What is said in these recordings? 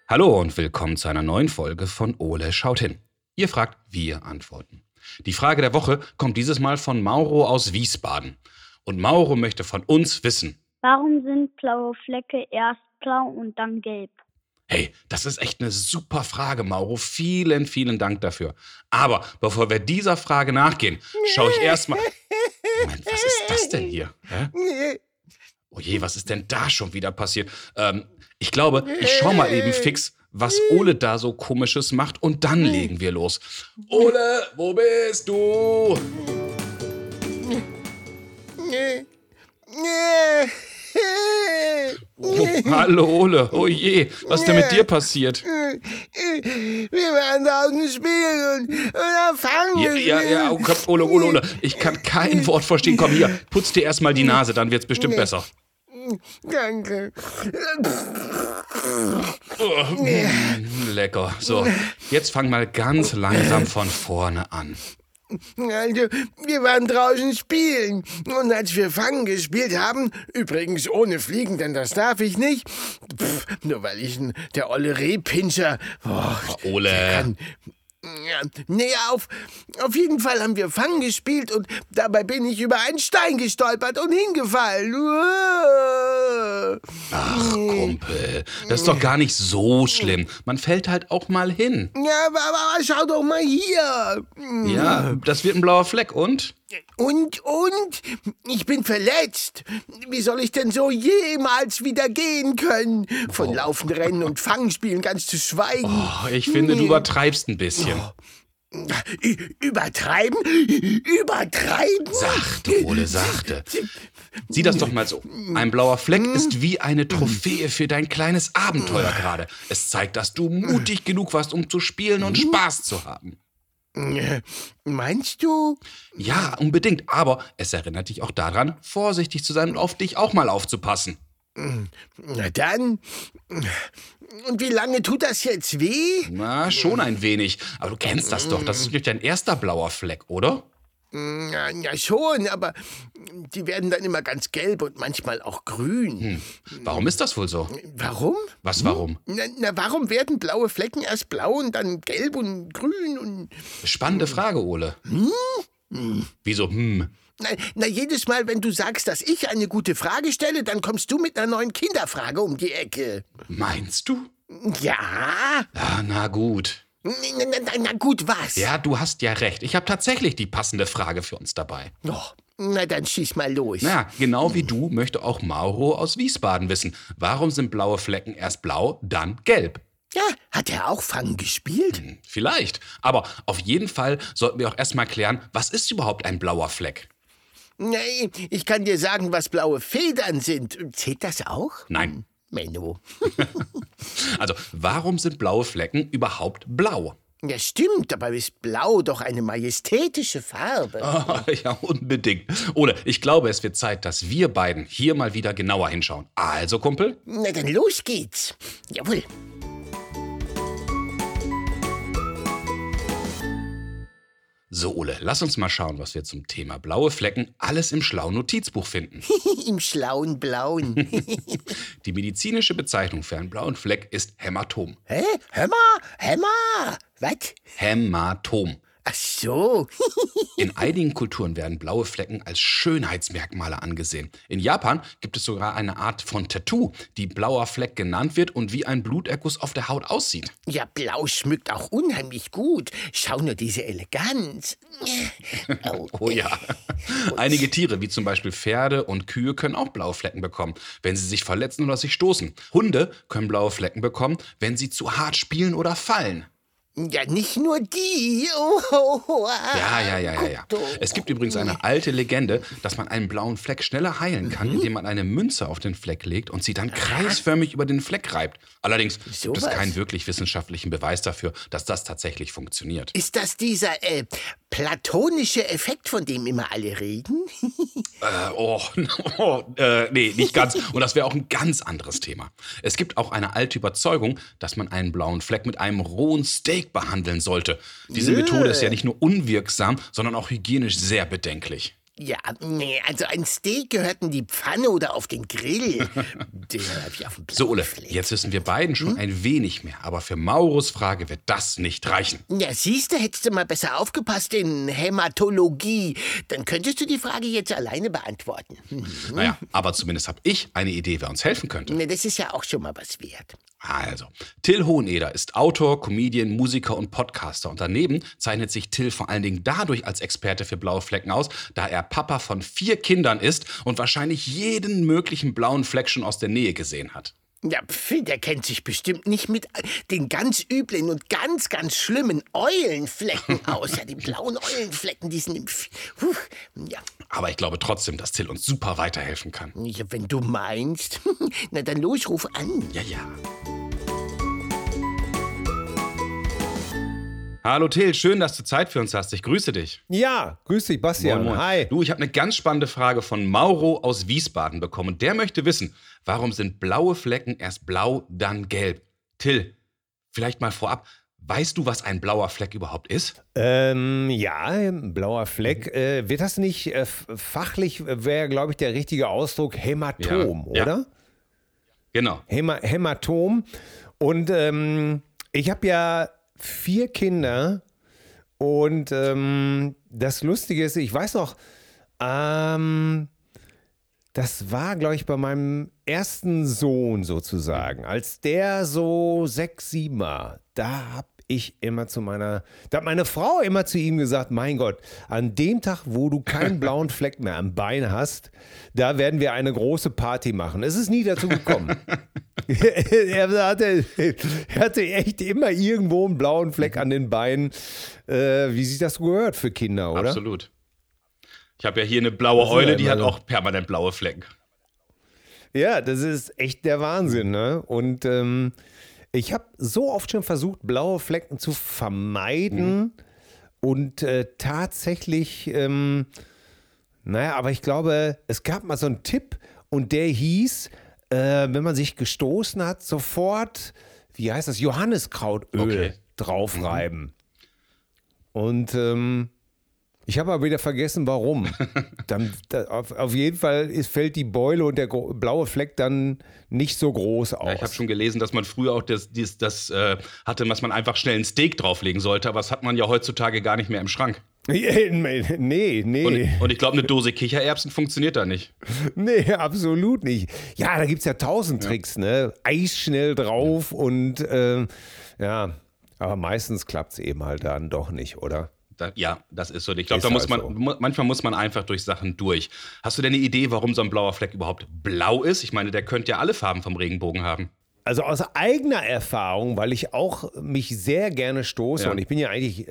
Hallo und willkommen zu einer neuen Folge von Ole schaut hin. Ihr fragt, wir antworten. Die Frage der Woche kommt dieses Mal von Mauro aus Wiesbaden. Und Mauro möchte von uns wissen: Warum sind blaue Flecke erst blau und dann gelb? Hey, das ist echt eine super Frage, Mauro. Vielen, vielen Dank dafür. Aber bevor wir dieser Frage nachgehen, schaue ich erstmal... Moment, was ist das denn hier? Hä? Oh je, was ist denn da schon wieder passiert? Ich glaube, ich schau mal eben fix, was Ole da so Komisches macht und dann legen wir los. Ole, wo bist du? Oh, hallo Ole, oh je, was ist denn mit dir passiert? Wir waren draußen spielen und dann fangen wir. Ja, oh Gott, Ole, ich kann kein Wort verstehen. Komm hier, putz dir erstmal die Nase, dann wird's bestimmt besser. Danke. Oh, lecker. So, jetzt fang mal ganz langsam von vorne an. Also, wir waren draußen spielen und als wir Fangen gespielt haben, übrigens ohne Fliegen, denn das darf ich nicht, nur weil ich der olle Rehpinscher, Ole. Auf jeden Fall haben wir Fangen gespielt und dabei bin ich über einen Stein gestolpert und hingefallen. Ach, Kumpel, das ist doch gar nicht so schlimm. Man fällt halt auch mal hin. Ja, aber schau doch mal hier. Ja, das wird ein blauer Fleck und? Und? Ich bin verletzt. Wie soll ich denn so jemals wieder gehen können? Von Laufen, Rennen und Fangspielen ganz zu schweigen. Oh, ich finde, du übertreibst ein bisschen. Übertreiben? Sachte, Ole, sachte. Sieh das doch mal so. Ein blauer Fleck ist wie eine Trophäe für dein kleines Abenteuer gerade. Es zeigt, dass du mutig genug warst, um zu spielen und Spaß zu haben. Meinst du? Ja, unbedingt. Aber es erinnert dich auch daran, vorsichtig zu sein und auf dich auch mal aufzupassen. Na dann. Und wie lange tut das jetzt weh? Na, schon ein wenig. Aber du kennst das doch. Das ist nicht dein erster blauer Fleck, oder? Ja, schon, aber die werden dann immer ganz gelb und manchmal auch grün. Warum ist das wohl so? Warum? Was warum? Warum werden blaue Flecken erst blau und dann gelb und grün und... Spannende Frage, Ole. Wieso? Jedes Mal, wenn du sagst, dass ich eine gute Frage stelle, dann kommst du mit einer neuen Kinderfrage um die Ecke. Meinst du? Ja. Ja, na gut. Na gut, was? Ja, du hast ja recht. Ich habe tatsächlich die passende Frage für uns dabei. Oh, na dann schieß mal los. Na, genau wie du möchte auch Mauro aus Wiesbaden wissen. Warum sind blaue Flecken erst blau, dann gelb? Ja, hat er auch Fangen gespielt? Vielleicht. Aber auf jeden Fall sollten wir auch erstmal klären, was ist überhaupt ein blauer Fleck? Nee, ich kann dir sagen, was blaue Federn sind. Zählt das auch? Nein. Menno. Also, warum sind blaue Flecken überhaupt blau? Ja, stimmt, dabei ist blau doch eine majestätische Farbe. Oh, ja, unbedingt. Ole, ich glaube, es wird Zeit, dass wir beiden hier mal wieder genauer hinschauen. Also, Kumpel? Na dann los geht's. Jawohl. So, Ole, lass uns mal schauen, was wir zum Thema blaue Flecken alles im schlauen Notizbuch finden. Im schlauen Blauen. Die medizinische Bezeichnung für einen blauen Fleck ist Hämatom. Hä? Hämmer? Was? Hämatom. Ach so. In einigen Kulturen werden blaue Flecken als Schönheitsmerkmale angesehen. In Japan gibt es sogar eine Art von Tattoo, die blauer Fleck genannt wird und wie ein Bluterguss auf der Haut aussieht. Ja, blau schmückt auch unheimlich gut. Schau nur diese Eleganz. Oh ja. Einige Tiere, wie zum Beispiel Pferde und Kühe, können auch blaue Flecken bekommen, wenn sie sich verletzen oder sich stoßen. Hunde können blaue Flecken bekommen, wenn sie zu hart spielen oder fallen. Ja, nicht nur die. Ja. Es gibt übrigens eine alte Legende, dass man einen blauen Fleck schneller heilen kann, indem man eine Münze auf den Fleck legt und sie dann kreisförmig über den Fleck reibt. Allerdings gibt es keinen wirklich wissenschaftlichen Beweis dafür, dass das tatsächlich funktioniert. Ist das dieser platonische Effekt, von dem immer alle reden? Nee, nicht ganz. Und das wäre auch ein ganz anderes Thema. Es gibt auch eine alte Überzeugung, dass man einen blauen Fleck mit einem rohen Steak behandeln sollte. Diese Methode ist ja nicht nur unwirksam, sondern auch hygienisch sehr bedenklich. Ja, nee, also ein Steak gehört in die Pfanne oder auf den Grill. Den hab ich auf dem So, Ole, Fleck. jetzt wissen wir beiden schon ein wenig mehr. Aber für Mauros Frage wird das nicht reichen. Ja, siehste, hättest du mal besser aufgepasst in Hämatologie. Dann könntest du die Frage jetzt alleine beantworten. Naja, aber zumindest habe ich eine Idee, wer uns helfen könnte. Ne, das ist ja auch schon mal was wert. Also, Till Hoheneder ist Autor, Comedian, Musiker und Podcaster. Und daneben zeichnet sich Till vor allen Dingen dadurch als Experte für blaue Flecken aus, da er Papa von 4 Kindern ist und wahrscheinlich jeden möglichen blauen Fleck schon aus der Nähe gesehen hat. Ja, der kennt sich bestimmt nicht mit den ganz üblen und ganz, ganz schlimmen Eulenflecken aus. Ja, die blauen Eulenflecken, die sind ja. Aber ich glaube trotzdem, dass Till uns super weiterhelfen kann. Ja, wenn du meinst. Na dann los, ruf an. Ja, ja. Hallo Till, schön, dass du Zeit für uns hast. Ich grüße dich. Ja, grüß dich, Bastian. Moin, moin. Hi. Du, ich habe eine ganz spannende Frage von Mauro aus Wiesbaden bekommen. Und der möchte wissen, warum sind blaue Flecken erst blau, dann gelb? Till, vielleicht mal vorab, weißt du, was ein blauer Fleck überhaupt ist? Ja, ein blauer Fleck. Wird das nicht fachlich, wäre, glaube ich, der richtige Ausdruck Hämatom, Ja, oder? Genau. Hämatom. Und ich habe ja 4 Kinder und das Lustige ist, ich weiß noch, das war, glaube ich, bei meinem ersten Sohn sozusagen, als der so 6, 7 war, da habe ich immer da hat meine Frau immer zu ihm gesagt, mein Gott, an dem Tag, wo du keinen blauen Fleck mehr am Bein hast, da werden wir eine große Party machen. Es ist nie dazu gekommen. Er hatte echt immer irgendwo einen blauen Fleck an den Beinen. Wie sich das gehört für Kinder, oder? Absolut. Ich habe ja hier eine blaue Eule, die hat auch permanent blaue Flecken. Ja, das ist echt der Wahnsinn, ne? Und ich habe so oft schon versucht, blaue Flecken zu vermeiden und tatsächlich, aber ich glaube, es gab mal so einen Tipp und der hieß, wenn man sich gestoßen hat, sofort, wie heißt das, Johanniskrautöl draufreiben. Und ich habe aber wieder vergessen, warum. Auf jeden Fall fällt die Beule und der blaue Fleck dann nicht so groß aus. Ja, ich habe schon gelesen, dass man früher auch das hatte, was man einfach schnell ein Steak drauflegen sollte, aber das hat man ja heutzutage gar nicht mehr im Schrank. Nee. Und ich glaube, eine Dose Kichererbsen funktioniert da nicht. Nee, absolut nicht. Ja, da gibt es ja 1000 Tricks, ne? Eis schnell drauf und aber meistens klappt es eben halt dann doch nicht, oder? Ja, das ist so. Ich glaube, Ist manchmal muss man einfach durch Sachen durch. Hast du denn eine Idee, warum so ein blauer Fleck überhaupt blau ist? Ich meine, der könnte ja alle Farben vom Regenbogen haben. Also aus eigener Erfahrung, weil ich auch mich sehr gerne stoße und ich bin ja eigentlich,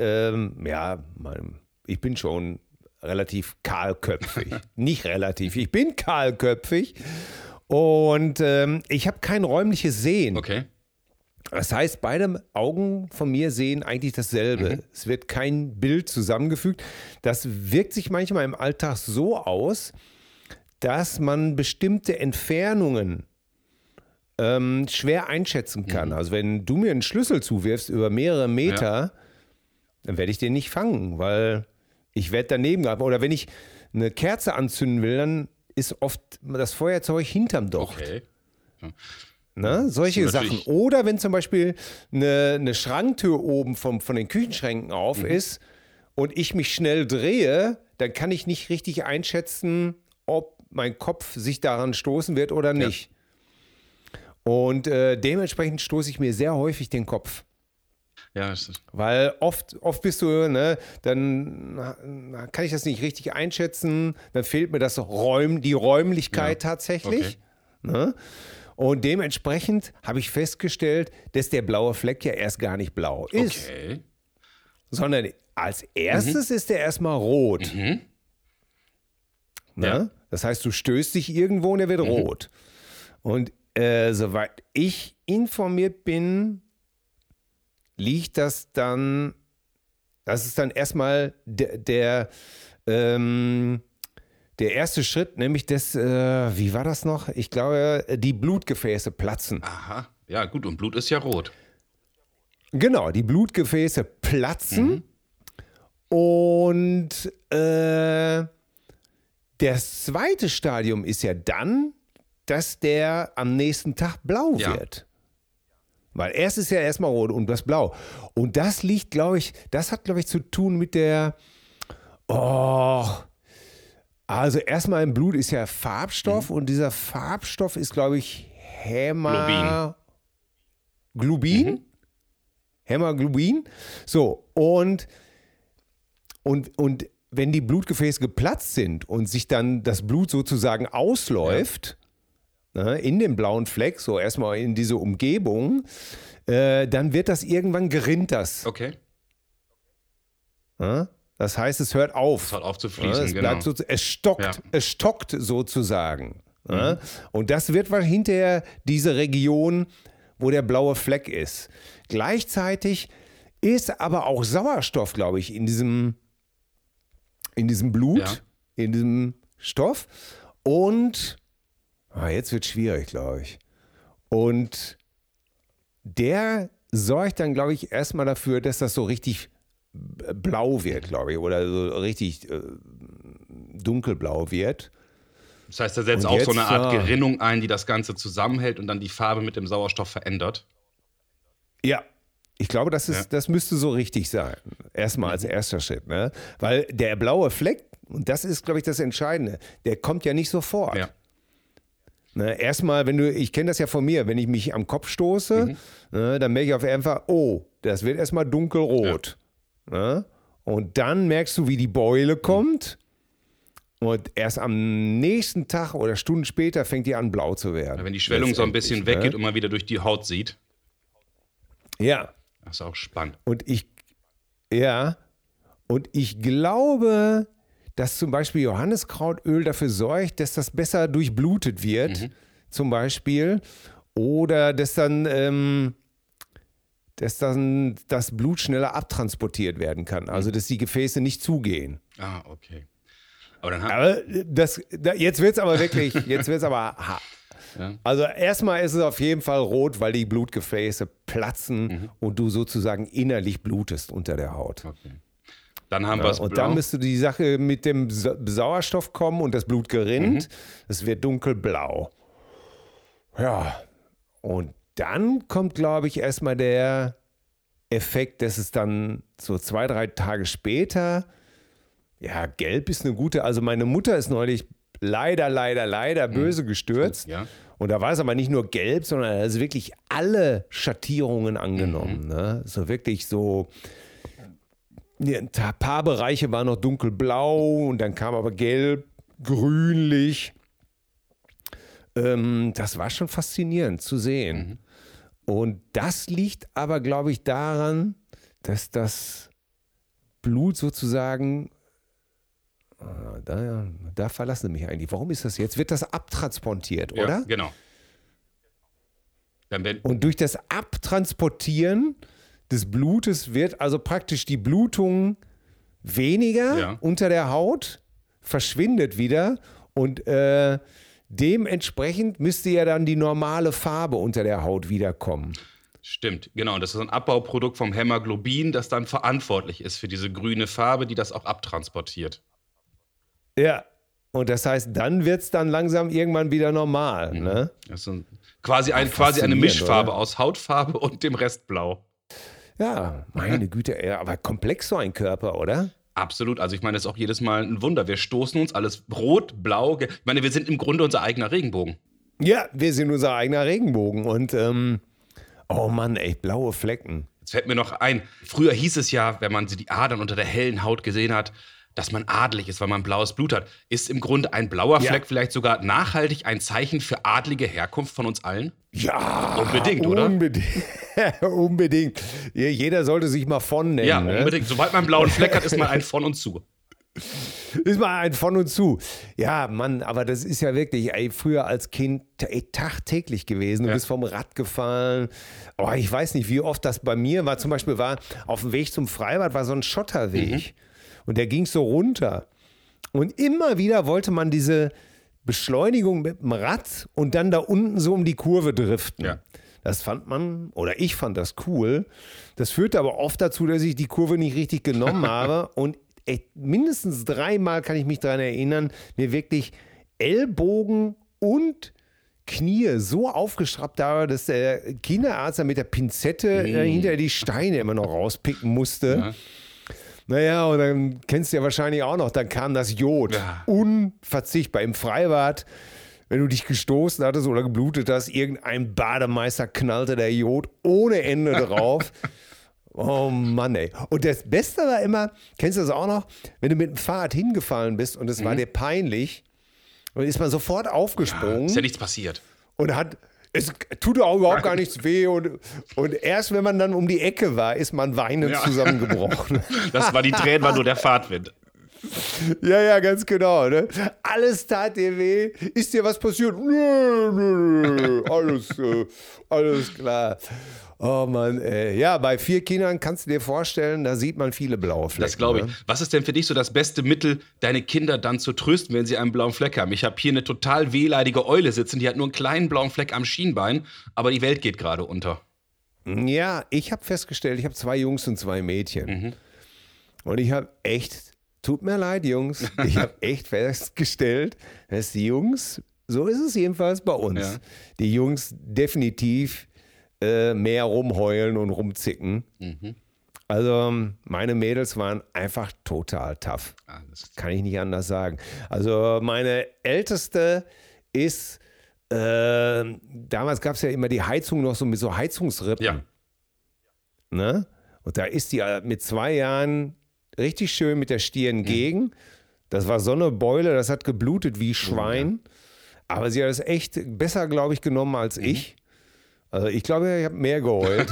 ich bin schon relativ kahlköpfig. Nicht relativ, ich bin kahlköpfig und ich habe kein räumliches Sehen. Okay. Das heißt, beide Augen von mir sehen eigentlich dasselbe. Es wird kein Bild zusammengefügt. Das wirkt sich manchmal im Alltag so aus, dass man bestimmte Entfernungen schwer einschätzen kann. Also wenn du mir einen Schlüssel zuwirfst über mehrere Meter, dann werde ich den nicht fangen, weil ich werde daneben gehabt. Oder wenn ich eine Kerze anzünden will, dann ist oft das Feuerzeug hinterm Docht. Okay. Ja. Ne? Solche Sachen. Oder wenn zum Beispiel eine Schranktür oben von den Küchenschränken auf ist und ich mich schnell drehe, dann kann ich nicht richtig einschätzen, ob mein Kopf sich daran stoßen wird oder nicht. Und dementsprechend stoße ich mir sehr häufig den Kopf. Ja, das ist Weil oft bist du, ne, dann kann ich das nicht richtig einschätzen, dann fehlt mir die Räumlichkeit tatsächlich. Okay. Ne? Und dementsprechend habe ich festgestellt, dass der blaue Fleck ja erst gar nicht blau ist. Okay. Sondern als erstes ist der erstmal rot. Ne? Ja. Das heißt, du stößt dich irgendwo und er wird rot. Und soweit ich informiert bin, liegt das ist dann erstmal der erste Schritt, nämlich wie war das noch? Ich glaube, die Blutgefäße platzen. Aha. Ja, gut. Und Blut ist ja rot. Genau, die Blutgefäße platzen und Das zweite Stadium ist ja dann, dass der am nächsten Tag blau wird. Weil erst ist ja erstmal rot und das blau. Und das liegt, glaube ich, das hat, glaube ich, zu tun mit der, also erstmal im Blut ist ja Farbstoff und dieser Farbstoff ist, glaube ich, Hämoglobin. Hämoglobin. So, und wenn die Blutgefäße geplatzt sind und sich dann das Blut sozusagen ausläuft, in den blauen Fleck, so erstmal in diese Umgebung, dann wird das irgendwann gerinnt das. Okay. Das heißt, es hört auf. Es hört auf zu fließen, es genau. bleibt es stockt sozusagen. Und das wird hinterher diese Region, wo der blaue Fleck ist. Gleichzeitig ist aber auch Sauerstoff, glaube ich, in diesem Blut, in diesem Stoff. Und jetzt wird es schwierig, glaube ich. Und der sorgt dann, glaube ich, erstmal dafür, dass das so richtig blau wird, glaube ich, oder so richtig dunkelblau wird. Das heißt, da setzt auch so eine Art Gerinnung ein, die das Ganze zusammenhält und dann die Farbe mit dem Sauerstoff verändert. Ja, ich glaube, das müsste so richtig sein. Erstmal als erster Schritt. Ne? Weil der blaue Fleck, und das ist, glaube ich, das Entscheidende, der kommt ja nicht sofort. Ja. Ne, erstmal, ich kenne das ja von mir, wenn ich mich am Kopf stoße, dann merke ich auf einfach, das wird erstmal dunkelrot. Ja. Ne? Und dann merkst du, wie die Beule kommt. Und erst am nächsten Tag oder Stunden später fängt die an, blau zu werden. Ja, wenn die Schwellung so ein bisschen weggeht und man wieder durch die Haut sieht. Ja. Das ist auch spannend. Und ich glaube, dass zum Beispiel Johanniskrautöl dafür sorgt, dass das besser durchblutet wird, zum Beispiel. Oder dass dann das Blut schneller abtransportiert werden kann. Also, dass die Gefäße nicht zugehen. Ah, okay. Aber jetzt wird es aber wirklich, Also erstmal ist es auf jeden Fall rot, weil die Blutgefäße platzen und du sozusagen innerlich blutest unter der Haut. Okay. Dann haben wir es blau. Und dann müsste die Sache mit dem Sauerstoff kommen und das Blut gerinnt. Es wird dunkelblau. Ja, und dann kommt, glaube ich, erstmal der Effekt, dass es dann so 2-3 Tage später, gelb ist eine gute, also meine Mutter ist neulich leider böse gestürzt. Ja. Und da war es aber nicht nur gelb, sondern es ist wirklich alle Schattierungen angenommen. Ne? So wirklich so, ein paar Bereiche waren noch dunkelblau und dann kam aber gelb, grünlich. Das war schon faszinierend zu sehen. Und das liegt aber, glaube ich, daran, dass das Blut sozusagen, da verlassen sie mich eigentlich. Warum ist das jetzt? Wird das abtransportiert, oder? Ja, genau. Und durch das Abtransportieren des Blutes wird also praktisch die Blutung weniger unter der Haut, verschwindet wieder und dementsprechend müsste ja dann die normale Farbe unter der Haut wiederkommen. Stimmt, genau. Und das ist ein Abbauprodukt vom Hämoglobin, das dann verantwortlich ist für diese grüne Farbe, die das auch abtransportiert. Ja, und das heißt, dann wird es dann langsam irgendwann wieder normal. Ne? Das ist quasi eine Mischfarbe aus Hautfarbe und dem Rest blau. Ja, meine Güte, aber komplex so ein Körper, oder? Absolut. Also ich meine, das ist auch jedes Mal ein Wunder. Wir stoßen uns alles rot, blau. Ich meine, wir sind im Grunde unser eigener Regenbogen. Ja, wir sind unser eigener Regenbogen. Und, oh Mann, ey, blaue Flecken. Jetzt fällt mir noch ein, früher hieß es ja, wenn man die Adern unter der hellen Haut gesehen hat, dass man adelig ist, weil man blaues Blut hat. Ist im Grunde ein blauer Fleck vielleicht sogar nachhaltig ein Zeichen für adlige Herkunft von uns allen? Ja, unbedingt, oder? Unbedingt. Jeder sollte sich mal von nennen. Ja, unbedingt. Sobald man einen blauen Fleck hat, ist man ein von und zu. Ist mal ein von und zu. Ja, Mann, aber das ist ja wirklich, früher als Kind tagtäglich gewesen. Du bist vom Rad gefallen. Oh, ich weiß nicht, wie oft das bei mir war. Zum Beispiel war auf dem Weg zum Freibad war so ein Schotterweg. Und der ging so runter. Und immer wieder wollte man diese Beschleunigung mit dem Rad und dann da unten so um die Kurve driften. Ja. Das fand man, oder ich fand das cool. Das führte aber oft dazu, dass ich die Kurve nicht richtig genommen habe und mindestens 3-mal, kann ich mich daran erinnern, mir wirklich Ellbogen und Knie so aufgeschraubt habe, dass der Kinderarzt dann mit der Pinzette hinter die Steine immer noch rauspicken musste. Ja. Naja, und dann kennst du ja wahrscheinlich auch noch, dann kam das Jod. Ja. Unverzichtbar im Freibad. Wenn du dich gestoßen hattest oder geblutet hast, irgendein Bademeister knallte der Jod ohne Ende drauf. Oh Mann, ey. Und das Beste war immer, kennst du das auch noch, wenn du mit dem Fahrrad hingefallen bist und es war dir peinlich, dann ist man sofort aufgesprungen. Ja, ist ja nichts passiert. Und es tut auch überhaupt gar nichts weh. Und erst wenn man dann um die Ecke war, ist man weinend zusammengebrochen. Das war die Tränen, war nur der Fahrtwind. Ja, ganz genau. Ne? Alles tat dir weh. Ist dir was passiert? Nö. Alles klar. Oh Mann, ey. Ja, bei 4 Kindern kannst du dir vorstellen, da sieht man viele blaue Flecken. Das glaube ich. Ne? Was ist denn für dich so das beste Mittel, deine Kinder dann zu trösten, wenn sie einen blauen Fleck haben? Ich habe hier eine total wehleidige Eule sitzen, die hat nur einen kleinen blauen Fleck am Schienbein, aber die Welt geht gerade unter. Ja, ich habe festgestellt, ich habe 2 Jungs und 2 Mädchen. Und ich habe echt, tut mir leid, Jungs, ich habe echt festgestellt, dass die Jungs, so ist es jedenfalls bei uns, die Jungs definitiv mehr rumheulen und rumzicken. Also meine Mädels waren einfach total tough. Kann ich nicht anders sagen. Also meine Älteste ist, damals gab es ja immer die Heizung noch so mit so Heizungsrippen. Ja. Ne? Und da ist die mit 2 Jahren richtig schön mit der Stirn gegen. Das war so eine Beule, das hat geblutet wie Schwein. Aber sie hat es echt besser, glaube ich, genommen als ich. Also ich glaube, ich habe mehr geheult.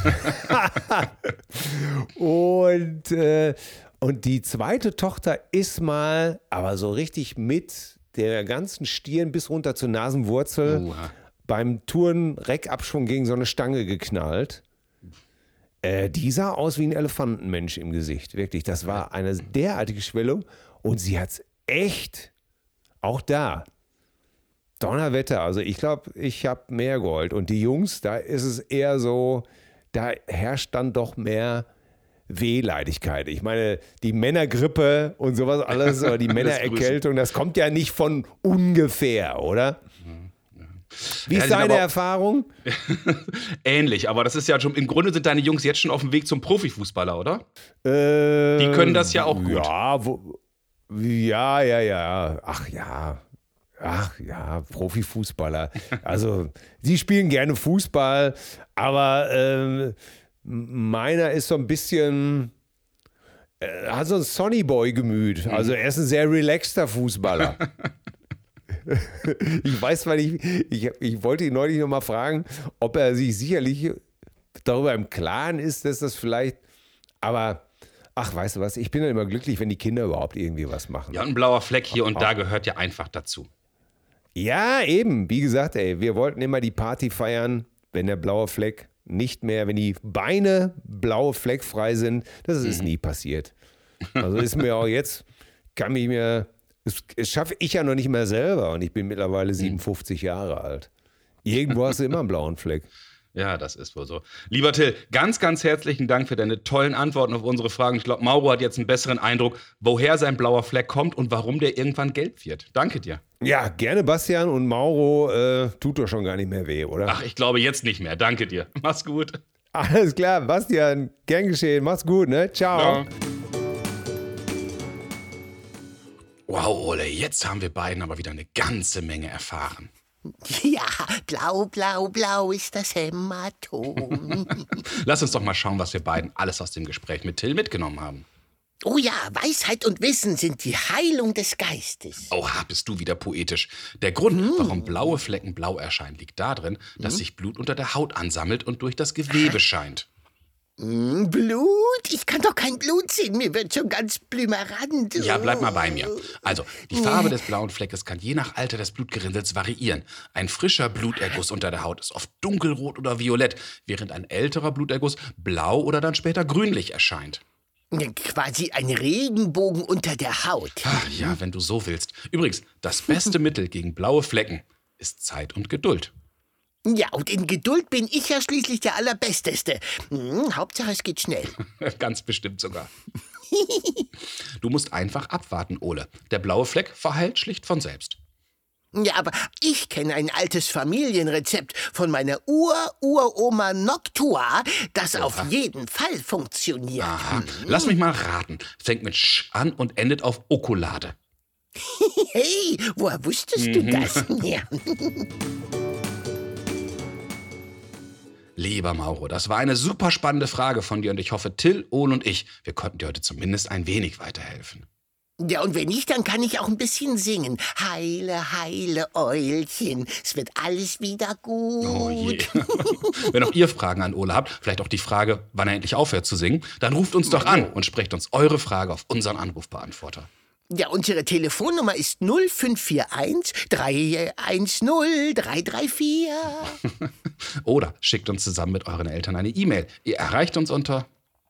Und die zweite Tochter ist mal, aber so richtig mit der ganzen Stirn bis runter zur Nasenwurzel beim Touren-Reckabschwung gegen so eine Stange geknallt. Die sah aus wie ein Elefantenmensch im Gesicht. Wirklich, das war eine derartige Schwellung. Und sie hat es echt, auch da, Donnerwetter, also ich glaube, ich habe mehr geheult. Und die Jungs, da ist es eher so, da herrscht dann doch mehr Wehleidigkeit. Ich meine, die Männergrippe und sowas alles, oder die Männererkältung, das kommt ja nicht von ungefähr, oder? Wie ist deine Erfahrung? Ähnlich, aber das ist ja schon, im Grunde sind deine Jungs jetzt schon auf dem Weg zum Profifußballer, oder? Die können das ja auch gut. Ja. Ach ja, Profifußballer. Also, die spielen gerne Fußball, aber meiner ist so ein bisschen, hat so ein Sonnyboy-Gemüt. Also, er ist ein sehr relaxter Fußballer. Ich weiß, weil ich wollte ihn neulich noch mal fragen, ob er sich sicherlich darüber im Klaren ist, dass das vielleicht, aber ach, weißt du was, ich bin ja immer glücklich, wenn die Kinder überhaupt irgendwie was machen. Ja, ein blauer Fleck hier und da gehört ja einfach dazu. Ja, eben. Wie gesagt, wir wollten immer die Party feiern, wenn der blaue Fleck nicht mehr, wenn die Beine blaue Fleckfrei sind. Das ist nie passiert. Also ist mir auch jetzt, das schaffe ich ja noch nicht mehr selber und ich bin mittlerweile 57 Jahre alt. Irgendwo hast du immer einen blauen Fleck. Ja, das ist wohl so. Lieber Till, ganz, ganz herzlichen Dank für deine tollen Antworten auf unsere Fragen. Ich glaube, Mauro hat jetzt einen besseren Eindruck, woher sein blauer Fleck kommt und warum der irgendwann gelb wird. Danke dir. Ja, gerne, Bastian. Und Mauro tut doch schon gar nicht mehr weh, oder? Ach, ich glaube jetzt nicht mehr. Danke dir. Mach's gut. Alles klar, Bastian. Gern geschehen. Mach's gut, ne? Ciao. Ja. Wow, Ole, jetzt haben wir beiden aber wieder eine ganze Menge erfahren. Ja, blau, blau, blau ist das Hämatom. Lass uns doch mal schauen, was wir beiden alles aus dem Gespräch mit Till mitgenommen haben. Oh ja, Weisheit und Wissen sind die Heilung des Geistes. Oha, bist du wieder poetisch. Der Grund, warum blaue Flecken blau erscheinen, liegt darin, dass sich Blut unter der Haut ansammelt und durch das Gewebe scheint. Blut? Ich kann doch kein Blut sehen, mir wird schon ganz blümerant. Ja, bleib mal bei mir. Also, die Farbe des blauen Fleckes kann je nach Alter des Blutgerinnsels variieren. Ein frischer Bluterguss unter der Haut ist oft dunkelrot oder violett, während ein älterer Bluterguss blau oder dann später grünlich erscheint. Quasi ein Regenbogen unter der Haut. Ach ja, wenn du so willst. Übrigens, das beste Mittel gegen blaue Flecken ist Zeit und Geduld. Ja, und in Geduld bin ich ja schließlich der Allerbesteste. Hauptsache, es geht schnell. Ganz bestimmt sogar. Du musst einfach abwarten, Ole. Der blaue Fleck verheilt schlicht von selbst. Ja, aber ich kenne ein altes Familienrezept von meiner Uroma Noctua, das auf jeden Fall funktioniert. Aha, lass mich mal raten. Fängt mit Sch an und endet auf Okulade. Hey, woher wusstest du das? Ja. Lieber Mauro, das war eine super spannende Frage von dir und ich hoffe, Till, Ole und ich, wir konnten dir heute zumindest ein wenig weiterhelfen. Ja, und wenn nicht, dann kann ich auch ein bisschen singen. Heile, heile Eulchen, es wird alles wieder gut. Oh je. Wenn auch ihr Fragen an Ole habt, vielleicht auch die Frage, wann er endlich aufhört zu singen, dann ruft uns doch an und sprecht uns eure Frage auf unseren Anrufbeantworter. Ja, unsere Telefonnummer ist 0541 310 334. Oder schickt uns zusammen mit euren Eltern eine E-Mail. Ihr erreicht uns unter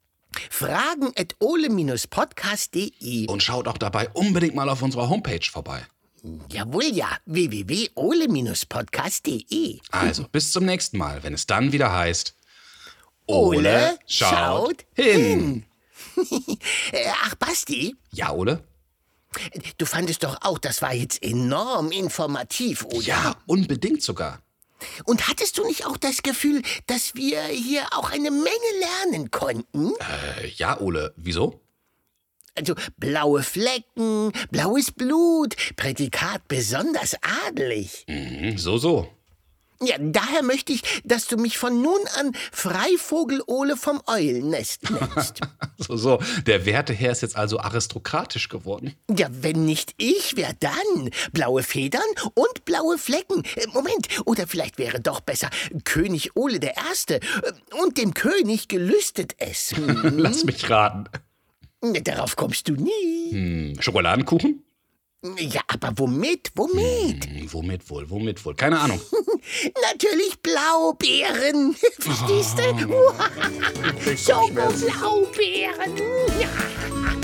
fragen@ole-podcast.de. und schaut auch dabei unbedingt mal auf unserer Homepage vorbei. Jawohl, ja, www.ole-podcast.de. Also, bis zum nächsten Mal, wenn es dann wieder heißt Ole schaut hin. Ach, Basti, Ja, Ole? du fandest doch auch, das war jetzt enorm informativ, oder? Ja, unbedingt sogar. Und hattest du nicht auch das Gefühl, dass wir hier auch eine Menge lernen konnten? Ja, Ole, wieso? Also blaue Flecken, blaues Blut, Prädikat besonders adelig. So. Ja, daher möchte ich, dass du mich von nun an Freivogel-Ole vom Eulennest nennst. So. Der werte Herr ist jetzt also aristokratisch geworden. Ja, wenn nicht ich, wer dann? Blaue Federn und blaue Flecken. Moment, oder vielleicht wäre doch besser König Ole der Erste. Und dem König gelüstet es. Lass mich raten. Darauf kommst du nie. Schokoladenkuchen? Ja, aber womit? Womit? Womit wohl? Keine Ahnung. Natürlich Blaubeeren. Verstehst du? Schokoblaubeeren. Ja.